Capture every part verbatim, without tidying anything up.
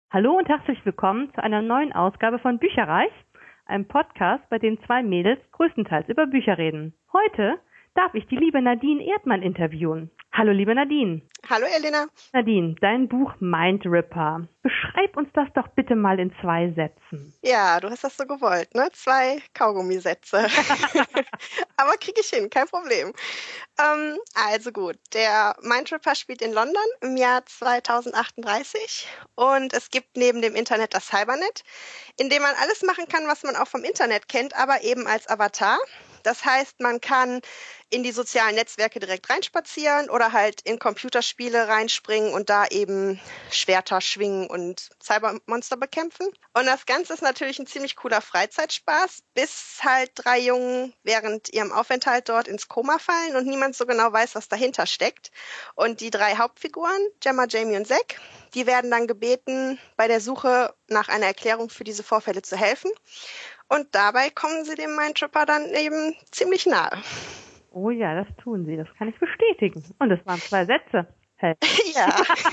Hallo und herzlich willkommen zu einer neuen Ausgabe von Bücherreich, einem Podcast, bei dem zwei Mädels größtenteils über Bücher reden. Heute darf ich die liebe Nadine Erdmann interviewen. Hallo liebe Nadine. Hallo Elena. Nadine, dein Buch Mindripper. Beschreib uns das doch bitte mal in zwei Sätzen. Ja, du hast das so gewollt, ne? Zwei Kaugummisätze. Aber kriege ich hin, kein Problem. Ähm, also gut, der Mindripper spielt in London im Jahr zweitausendachtunddreißig und es gibt neben dem Internet das Cybernet, in dem man alles machen kann, was man auch vom Internet kennt, aber eben als Avatar. Das heißt, man kann in die sozialen Netzwerke direkt reinspazieren oder halt in Computerspiele reinspringen und da eben Schwerter schwingen und Cybermonster bekämpfen. Und das Ganze ist natürlich ein ziemlich cooler Freizeitspaß, bis halt drei Jungen während ihrem Aufenthalt dort ins Koma fallen und niemand so genau weiß, was dahinter steckt. Und die drei Hauptfiguren, Gemma, Jamie und Zack, die werden dann gebeten, bei der Suche nach einer Erklärung für diese Vorfälle zu helfen. Und dabei kommen sie dem Mindtripper dann eben ziemlich nahe. Oh ja, das tun sie, das kann ich bestätigen. Und es waren zwei Sätze. Hey. Ja.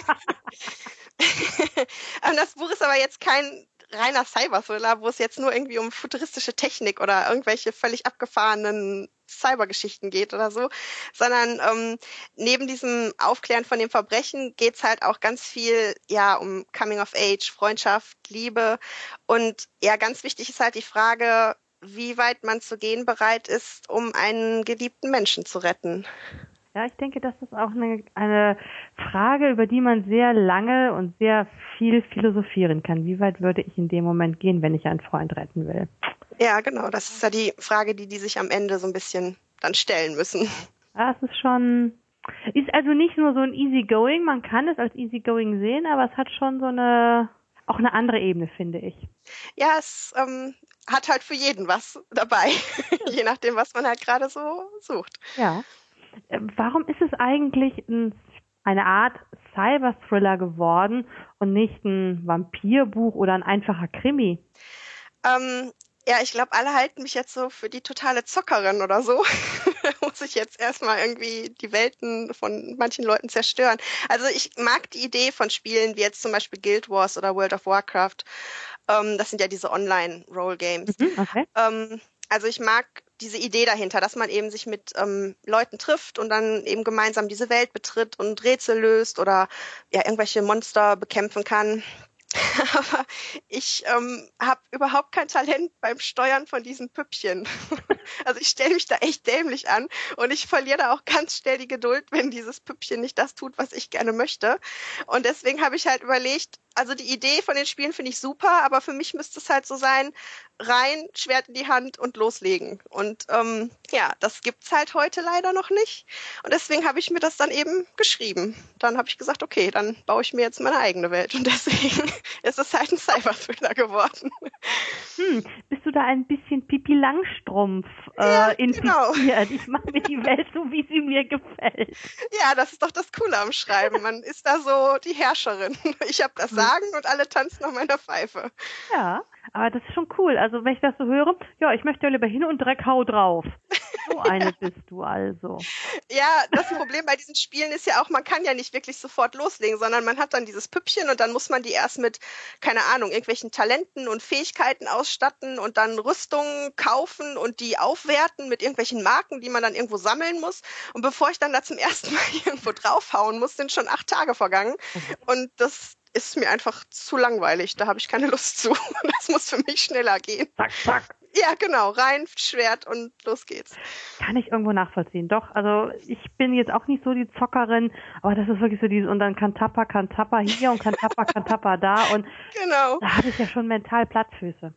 Und das Buch ist aber jetzt kein reiner Cyber-Thriller, wo es jetzt nur irgendwie um futuristische Technik oder irgendwelche völlig abgefahrenen Cybergeschichten geht oder so, sondern ähm, neben diesem Aufklären von dem Verbrechen geht's halt auch ganz viel ja um Coming of Age, Freundschaft, Liebe und ja, ganz wichtig ist halt die Frage, wie weit man zu gehen bereit ist, um einen geliebten Menschen zu retten. Ja, ich denke, das ist auch eine, eine Frage, über die man sehr lange und sehr viel philosophieren kann. Wie weit würde ich in dem Moment gehen, wenn ich einen Freund retten will? Ja, genau. Das ist ja die Frage, die die sich am Ende so ein bisschen dann stellen müssen. Ja, es ist schon, ist also nicht nur so ein Easygoing, man kann es als Easygoing sehen, aber es hat schon so eine, auch eine andere Ebene, finde ich. Ja, es ähm, hat halt für jeden was dabei, je nachdem, was man halt gerade so sucht. Ja. Warum ist es eigentlich ein, eine Art Cyber-Thriller geworden und nicht ein Vampirbuch oder ein einfacher Krimi? Ähm, ja, ich glaube, alle halten mich jetzt so für die totale Zockerin oder so. Muss ich jetzt erstmal irgendwie die Welten von manchen Leuten zerstören. Also ich mag die Idee von Spielen wie jetzt zum Beispiel Guild Wars oder World of Warcraft. Ähm, das sind ja diese Online-Role-Games. Mhm, okay. Ähm, also ich mag diese Idee dahinter, dass man eben sich mit ähm, Leuten trifft und dann eben gemeinsam diese Welt betritt und Rätsel löst oder ja irgendwelche Monster bekämpfen kann. Aber ich ähm, habe überhaupt kein Talent beim Steuern von diesen Püppchen. Also ich stelle mich da echt dämlich an und ich verliere da auch ganz schnell die Geduld, wenn dieses Püppchen nicht das tut, was ich gerne möchte. Und deswegen habe ich halt überlegt, also die Idee von den Spielen finde ich super, aber für mich müsste es halt so sein, rein, Schwert in die Hand und loslegen. Und ähm, ja, das gibt's halt heute leider noch nicht. Und deswegen habe ich mir das dann eben geschrieben. Dann habe ich gesagt, okay, dann baue ich mir jetzt meine eigene Welt. Und deswegen ist es halt ein Cyber-Thriller geworden. Hm, bist du da ein bisschen Pipi Langstrumpf äh, Ja, infiziert? genau. Ich mache mir die Welt so, wie sie mir gefällt. Ja, das ist doch das Coole am Schreiben. Man ist da so die Herrscherin. Ich habe das Sagen und alle tanzen nach meiner Pfeife. Ja, aber das ist schon cool. Also wenn ich das so höre, ja, ich möchte ja lieber hin und Dreck hau drauf. So eine bist du also. Ja, das Problem bei diesen Spielen ist ja auch, man kann ja nicht wirklich sofort loslegen, sondern man hat dann dieses Püppchen und dann muss man die erst mit, keine Ahnung, irgendwelchen Talenten und Fähigkeiten ausstatten und dann Rüstungen kaufen und die aufwerten mit irgendwelchen Marken, die man dann irgendwo sammeln muss. Und bevor ich dann da zum ersten Mal irgendwo draufhauen muss, sind schon acht Tage vergangen. Und das ist mir einfach zu langweilig. Da habe ich keine Lust zu. Das muss für mich schneller gehen. Zack, zack. Ja, genau. Rein, Schwert und los geht's. Kann ich irgendwo nachvollziehen. Doch, also ich bin jetzt auch nicht so die Zockerin, aber das ist wirklich so dieses und dann kann Tappa, kann Tappa hier und kann Tappa, kann Tappa da und Genau. da habe ich ja schon mental Plattfüße.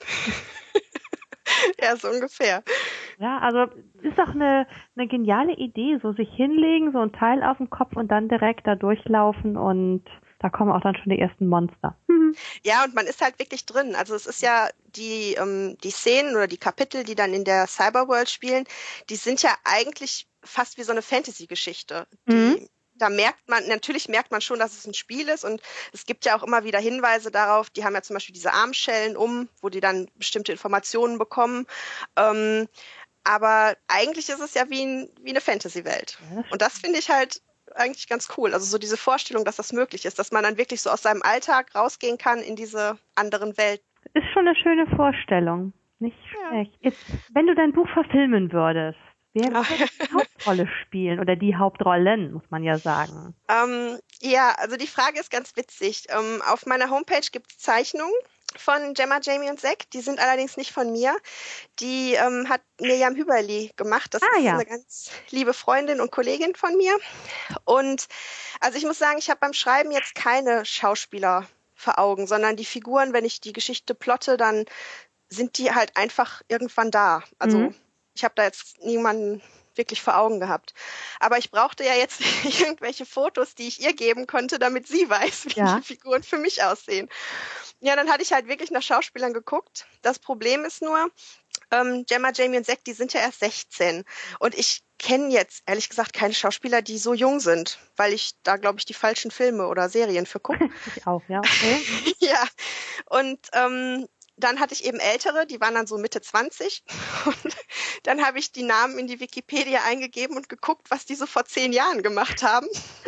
Ja, so ungefähr. Ja, also ist doch eine, eine geniale Idee, so sich hinlegen, so ein Teil auf dem Kopf und dann direkt da durchlaufen und da kommen auch dann schon die ersten Monster. Ja, und man ist halt wirklich drin. Also es ist ja die, ähm, die Szenen oder die Kapitel, die dann in der Cyberworld spielen, die sind ja eigentlich fast wie so eine Fantasy-Geschichte. Die, Mhm. da merkt man, natürlich merkt man schon, dass es ein Spiel ist und es gibt ja auch immer wieder Hinweise darauf, die haben ja zum Beispiel diese Armschellen um, wo die dann bestimmte Informationen bekommen. Ähm, aber eigentlich ist es ja wie, ein, wie eine Fantasy-Welt. Ja, das Und das finde ich halt eigentlich ganz cool. Also so diese Vorstellung, dass das möglich ist, dass man dann wirklich so aus seinem Alltag rausgehen kann in diese anderen Welten. Ist schon eine schöne Vorstellung. Nicht Ja. schlecht. Jetzt, wenn du dein Buch verfilmen würdest, wer Ach, würde die Hauptrolle spielen? Oder die Hauptrollen, muss man ja sagen. Ähm, ja, also die Frage ist ganz witzig. Ähm, auf meiner Homepage gibt es Zeichnungen von Gemma, Jamie und Zack. Die sind allerdings nicht von mir. Die ähm, hat Mirjam Hüberli gemacht. Das Ah ist ja. eine ganz liebe Freundin und Kollegin von mir. Und also ich muss sagen, ich habe beim Schreiben jetzt keine Schauspieler vor Augen, sondern die Figuren, wenn ich die Geschichte plotte, dann sind die halt einfach irgendwann da. Also Mhm. ich habe da jetzt niemanden wirklich vor Augen gehabt. Aber ich brauchte ja jetzt irgendwelche Fotos, die ich ihr geben konnte, damit sie weiß, wie Ja. die Figuren für mich aussehen. Ja, dann hatte ich halt wirklich nach Schauspielern geguckt. Das Problem ist nur, ähm, Gemma, Jamie und Zack, die sind ja erst sechzehn. Und ich kenne jetzt ehrlich gesagt keine Schauspieler, die so jung sind, weil ich da, glaube ich, die falschen Filme oder Serien für gucke. Ich auch, ja. Okay. Ja, und ähm, dann hatte ich eben Ältere, die waren dann so Mitte zwanzig. Und dann habe ich die Namen in die Wikipedia eingegeben und geguckt, was die so vor zehn Jahren gemacht haben,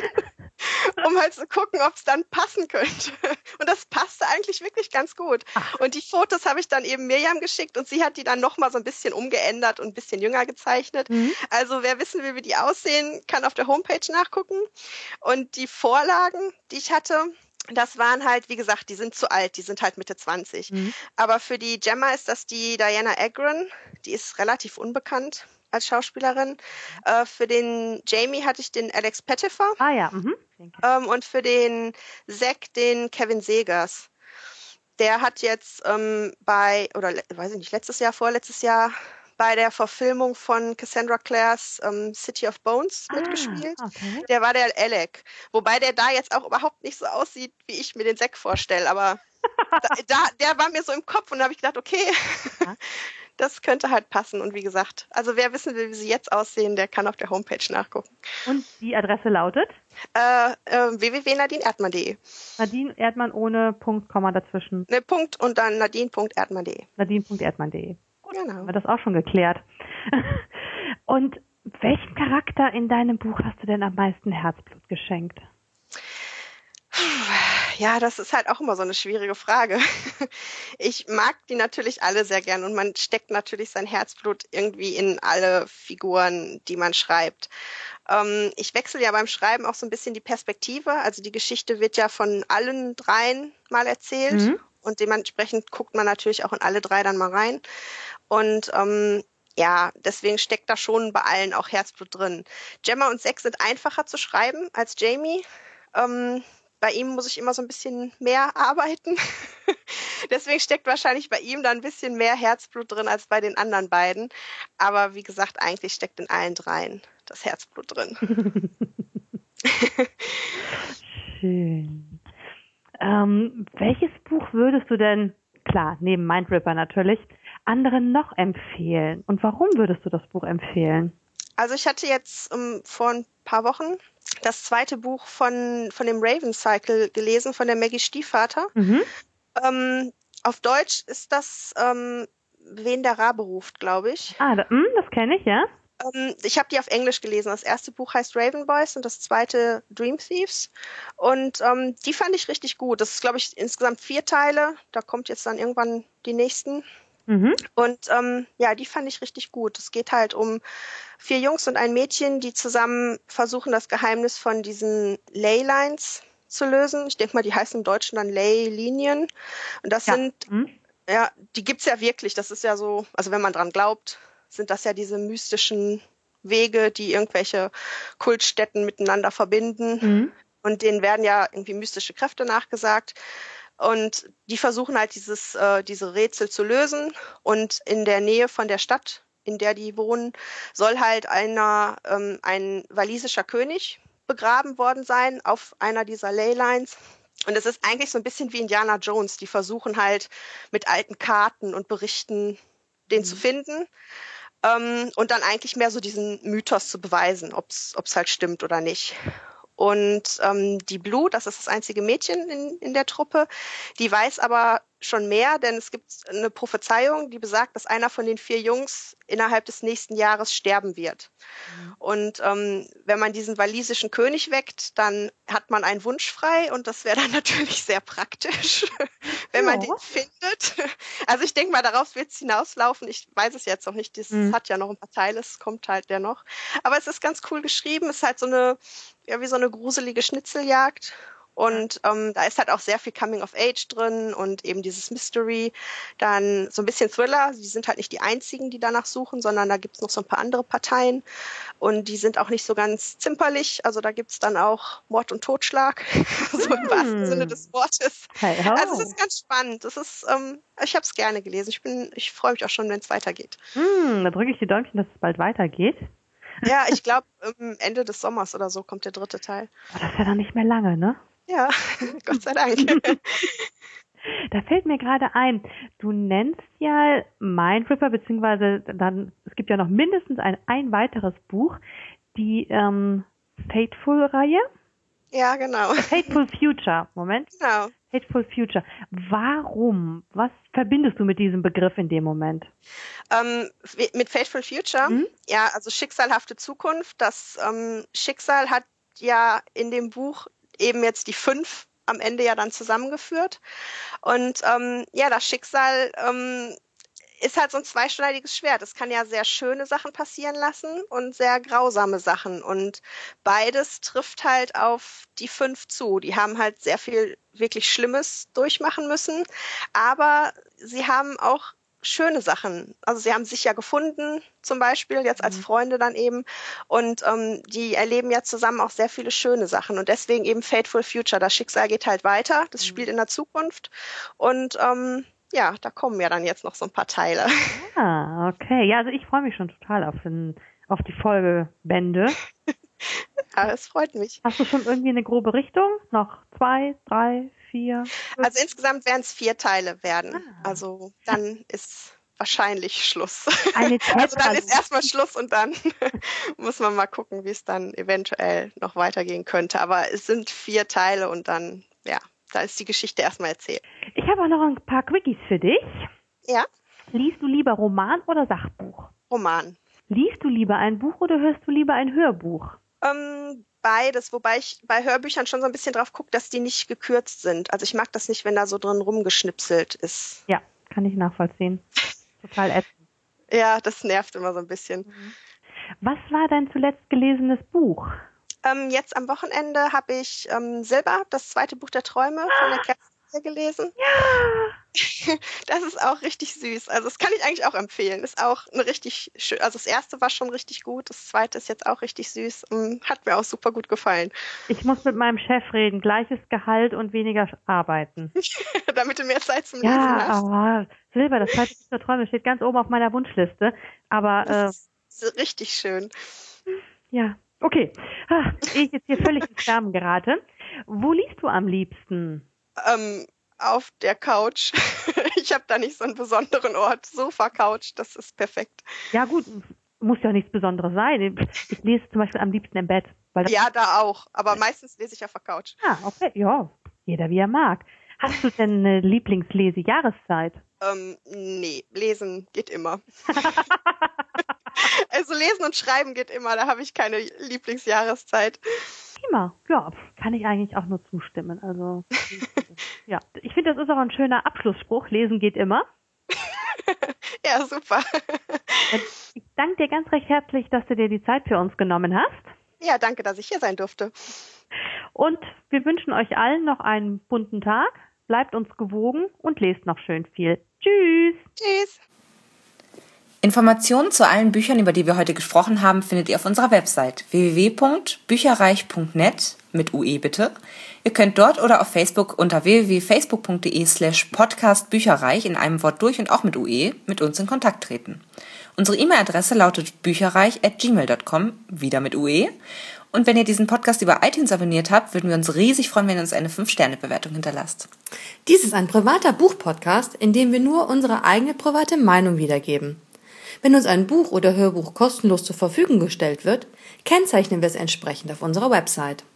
um halt zu gucken, ob es dann passen könnte. Und das passte eigentlich wirklich ganz gut. Ach. Und die Fotos habe ich dann eben Mirjam geschickt und sie hat die dann nochmal so ein bisschen umgeändert und ein bisschen jünger gezeichnet. Mhm. Also wer wissen will, wie die aussehen, kann auf der Homepage nachgucken. Und die Vorlagen, die ich hatte, das waren halt, wie gesagt, die sind zu alt, die sind halt Mitte zwanzig. Mhm. Aber für die Gemma ist das die Diana Agron, die ist relativ unbekannt als Schauspielerin. Äh, für den Jamie hatte ich den Alex Pettyfer Ah ja. Mhm. Denke. ähm, und für den Zack den Kevin Segers. Der hat jetzt ähm, bei, oder le- weiß ich nicht, letztes Jahr, vorletztes Jahr bei der Verfilmung von Cassandra Clares ähm, City of Bones mitgespielt. Ah, okay. Der war der Alec. Wobei der da jetzt auch überhaupt nicht so aussieht, wie ich mir den Zack vorstelle. Aber da, da, der war mir so im Kopf und da habe ich gedacht, okay, Ja. das könnte halt passen. Und wie gesagt, also wer wissen will, wie sie jetzt aussehen, der kann auf der Homepage nachgucken. Und die Adresse lautet Äh, äh, w w w punkt nadine erdmann punkt de. Nadine Erdmann ohne Punkt, Komma dazwischen. Ne, Punkt und dann nadine punkt erdmann punkt de. nadine punkt erdmann punkt de. Genau. Haben wir das auch schon geklärt. Und welchem Charakter in deinem Buch hast du denn am meisten Herzblut geschenkt? Ja, das ist halt auch immer so eine schwierige Frage. Ich mag die natürlich alle sehr gern und man steckt natürlich sein Herzblut irgendwie in alle Figuren, die man schreibt. Ähm, ich wechsle ja beim Schreiben auch so ein bisschen die Perspektive. Also die Geschichte wird ja von allen dreien mal erzählt Mhm. und dementsprechend guckt man natürlich auch in alle drei dann mal rein. Und ähm, ja, deswegen steckt da schon bei allen auch Herzblut drin. Gemma und Zack sind einfacher zu schreiben als Jamie. Ähm, bei ihm muss ich immer so ein bisschen mehr arbeiten. Deswegen steckt wahrscheinlich bei ihm da ein bisschen mehr Herzblut drin als bei den anderen beiden. Aber wie gesagt, eigentlich steckt in allen dreien das Herzblut drin. Schön. Ähm, welches Buch würdest du denn, klar, neben Mindripper natürlich, anderen noch empfehlen? Und warum würdest du das Buch empfehlen? Also ich hatte jetzt um, vor ein paar Wochen das zweite Buch von, von dem Raven Cycle gelesen, von der Maggie Stiefvater. Mhm. Ähm, auf Deutsch ist das ähm, Wen der Rabe ruft, glaube ich. Ah, da, mh, das kenne ich, ja. Ähm, ich habe die auf Englisch gelesen. Das erste Buch heißt Raven Boys und das zweite Dream Thieves. Und ähm, die fand ich richtig gut. Das ist, glaube ich, insgesamt vier Teile. Da kommt jetzt dann irgendwann die nächsten. Mhm. Und ähm, ja, die fand ich richtig gut. Es geht halt um vier Jungs und ein Mädchen, die zusammen versuchen, das Geheimnis von diesen Leylines zu lösen. Ich denke mal, die heißen im Deutschen dann Leylinien. Und das Ja. sind, Mhm. ja, die gibt's ja wirklich. Das ist ja so, also wenn man dran glaubt, sind das ja diese mystischen Wege, die irgendwelche Kultstätten miteinander verbinden. Mhm. Und denen werden ja irgendwie mystische Kräfte nachgesagt. Und die versuchen halt dieses, äh, diese Rätsel zu lösen. Und in der Nähe von der Stadt, in der die wohnen, soll halt einer, ähm, ein walisischer König begraben worden sein auf einer dieser Leylines. Und es ist eigentlich so ein bisschen wie Indiana Jones. Die versuchen halt mit alten Karten und Berichten den Mhm. zu finden. Ähm, und dann eigentlich mehr so diesen Mythos zu beweisen, ob es halt stimmt oder nicht. Und ähm, die Blue, das ist das einzige Mädchen in, in der Truppe, die weiß aber schon mehr, denn es gibt eine Prophezeiung, die besagt, dass einer von den vier Jungs innerhalb des nächsten Jahres sterben wird. Mhm. Und ähm, wenn man diesen walisischen König weckt, dann hat man einen Wunsch frei und das wäre dann natürlich sehr praktisch, wenn man ja. den findet. Also ich denke mal, darauf wird es hinauslaufen. Ich weiß es jetzt noch nicht, das mhm. hat ja noch ein paar Teile, es kommt halt der noch. Aber es ist ganz cool geschrieben, es ist halt so eine, ja, wie so eine gruselige Schnitzeljagd. Und ähm, da ist halt auch sehr viel Coming of Age drin und eben dieses Mystery. Dann so ein bisschen Thriller. Die sind halt nicht die einzigen, die danach suchen, sondern da gibt's noch so ein paar andere Parteien. Und die sind auch nicht so ganz zimperlich. Also da gibt's dann auch Mord und Totschlag, so im wahrsten Sinne des Wortes. Hey, oh. Also es ist ganz spannend. Das ist, ähm, ich habe es gerne gelesen. Ich bin, ich freue mich auch schon, wenn es weitergeht. Mm, da drücke ich die Däumchen, dass es bald weitergeht. Ja, ich glaube, Ende des Sommers oder so kommt der dritte Teil. Oh, das ist ja dann nicht mehr lange, ne? Ja, Gott sei Dank. Da fällt mir gerade ein, du nennst ja Mindripper, beziehungsweise dann, es gibt ja noch mindestens ein, ein weiteres Buch, die ähm, Fateful-Reihe. Ja, genau. Fateful Future, Moment. Genau. Fateful Future. Warum? Was verbindest du mit diesem Begriff in dem Moment? Ähm, mit Fateful Future? Mhm. Ja, also schicksalhafte Zukunft. Das ähm, Schicksal hat ja in dem Buch eben jetzt die fünf am Ende ja dann zusammengeführt. Und ähm, ja, das Schicksal ähm, ist halt so ein zweischneidiges Schwert. Es kann ja sehr schöne Sachen passieren lassen und sehr grausame Sachen. Und beides trifft halt auf die fünf zu. Die haben halt sehr viel wirklich Schlimmes durchmachen müssen. Aber sie haben auch schöne Sachen. Also sie haben sich ja gefunden, zum Beispiel, jetzt als Freunde dann eben. Und ähm, die erleben ja zusammen auch sehr viele schöne Sachen. Und deswegen eben Fateful Future. Das Schicksal geht halt weiter. Das spielt in der Zukunft. Und ähm, ja, da kommen ja dann jetzt noch so ein paar Teile. Ah, okay. Ja, also ich freue mich schon total auf, den, auf die Folgebände. Ja, das freut mich. Hast du schon irgendwie eine grobe Richtung? Noch zwei, drei, vier? Fünf? Also insgesamt werden es vier Teile werden. Ah. Also dann ist wahrscheinlich Schluss. Eine also dann ist erstmal Schluss und dann muss man mal gucken, wie es dann eventuell noch weitergehen könnte. Aber es sind vier Teile und dann, ja, da ist die Geschichte erstmal erzählt. Ich habe auch noch ein paar Quickies für dich. Ja. Liest du lieber Roman oder Sachbuch? Roman. Liest du lieber ein Buch oder hörst du lieber ein Hörbuch? Ähm, beides, wobei ich bei Hörbüchern schon so ein bisschen drauf gucke, dass die nicht gekürzt sind. Also ich mag das nicht, wenn da so drin rumgeschnipselt ist. Ja, kann ich nachvollziehen. Total ätzend. Ja, das nervt immer so ein bisschen. Was war dein zuletzt gelesenes Buch? Ähm, jetzt am Wochenende habe ich ähm, Silber, das zweite Buch der Träume von der Kerstin gelesen. Ja! Das ist auch richtig süß. Also das kann ich eigentlich auch empfehlen. Ist auch eine richtig schön. Also das erste war schon richtig gut. Das zweite ist jetzt auch richtig süß. Hat mir auch super gut gefallen. Ich muss mit meinem Chef reden. Gleiches Gehalt und weniger arbeiten. Damit du mehr Zeit zum Lesen ja, hast. Ja, Silber, das zweite Buch der Träume steht ganz oben auf meiner Wunschliste. Aber das äh, ist richtig schön. Ja, okay. Ah, ich jetzt hier völlig ins Schwärmen gerate. Wo liest du am liebsten? Ähm, auf der Couch. Ich habe da nicht so einen besonderen Ort. Sofa-Couch, das ist perfekt. Ja gut, muss ja nichts Besonderes sein. Ich lese zum Beispiel am liebsten im Bett. Weil das ja, da auch. Aber meistens lese ich auf der Couch. Ah, okay. Ja, jeder wie er mag. Hast du denn eine Lieblingslese-Jahreszeit? Ähm, nee, lesen geht immer. Also lesen und schreiben geht immer. Da habe ich keine Lieblingsjahreszeit. Prima. Ja, kann ich eigentlich auch nur zustimmen. Also, ja. Ich finde, das ist auch ein schöner Abschlussspruch. Lesen geht immer. Ja, super. Ich danke dir ganz recht herzlich, dass du dir die Zeit für uns genommen hast. Ja, danke, dass ich hier sein durfte. Und wir wünschen euch allen noch einen bunten Tag. Bleibt uns gewogen und lest noch schön viel. Tschüss. Tschüss. Informationen zu allen Büchern, über die wir heute gesprochen haben, findet ihr auf unserer Website w w w punkt bücherreich punkt net mit U E bitte. Ihr könnt dort oder auf Facebook unter w w w punkt facebook punkt de slash podcast bücherreich in einem Wort durch und auch mit U E mit uns in Kontakt treten. Unsere E-Mail-Adresse lautet bücherreich at gmail punkt com, wieder mit U E. Und wenn ihr diesen Podcast über iTunes abonniert habt, würden wir uns riesig freuen, wenn ihr uns eine fünf Sterne Bewertung hinterlasst. Dies ist ein privater Buchpodcast, in dem wir nur unsere eigene private Meinung wiedergeben. Wenn uns ein Buch oder Hörbuch kostenlos zur Verfügung gestellt wird, kennzeichnen wir es entsprechend auf unserer Website.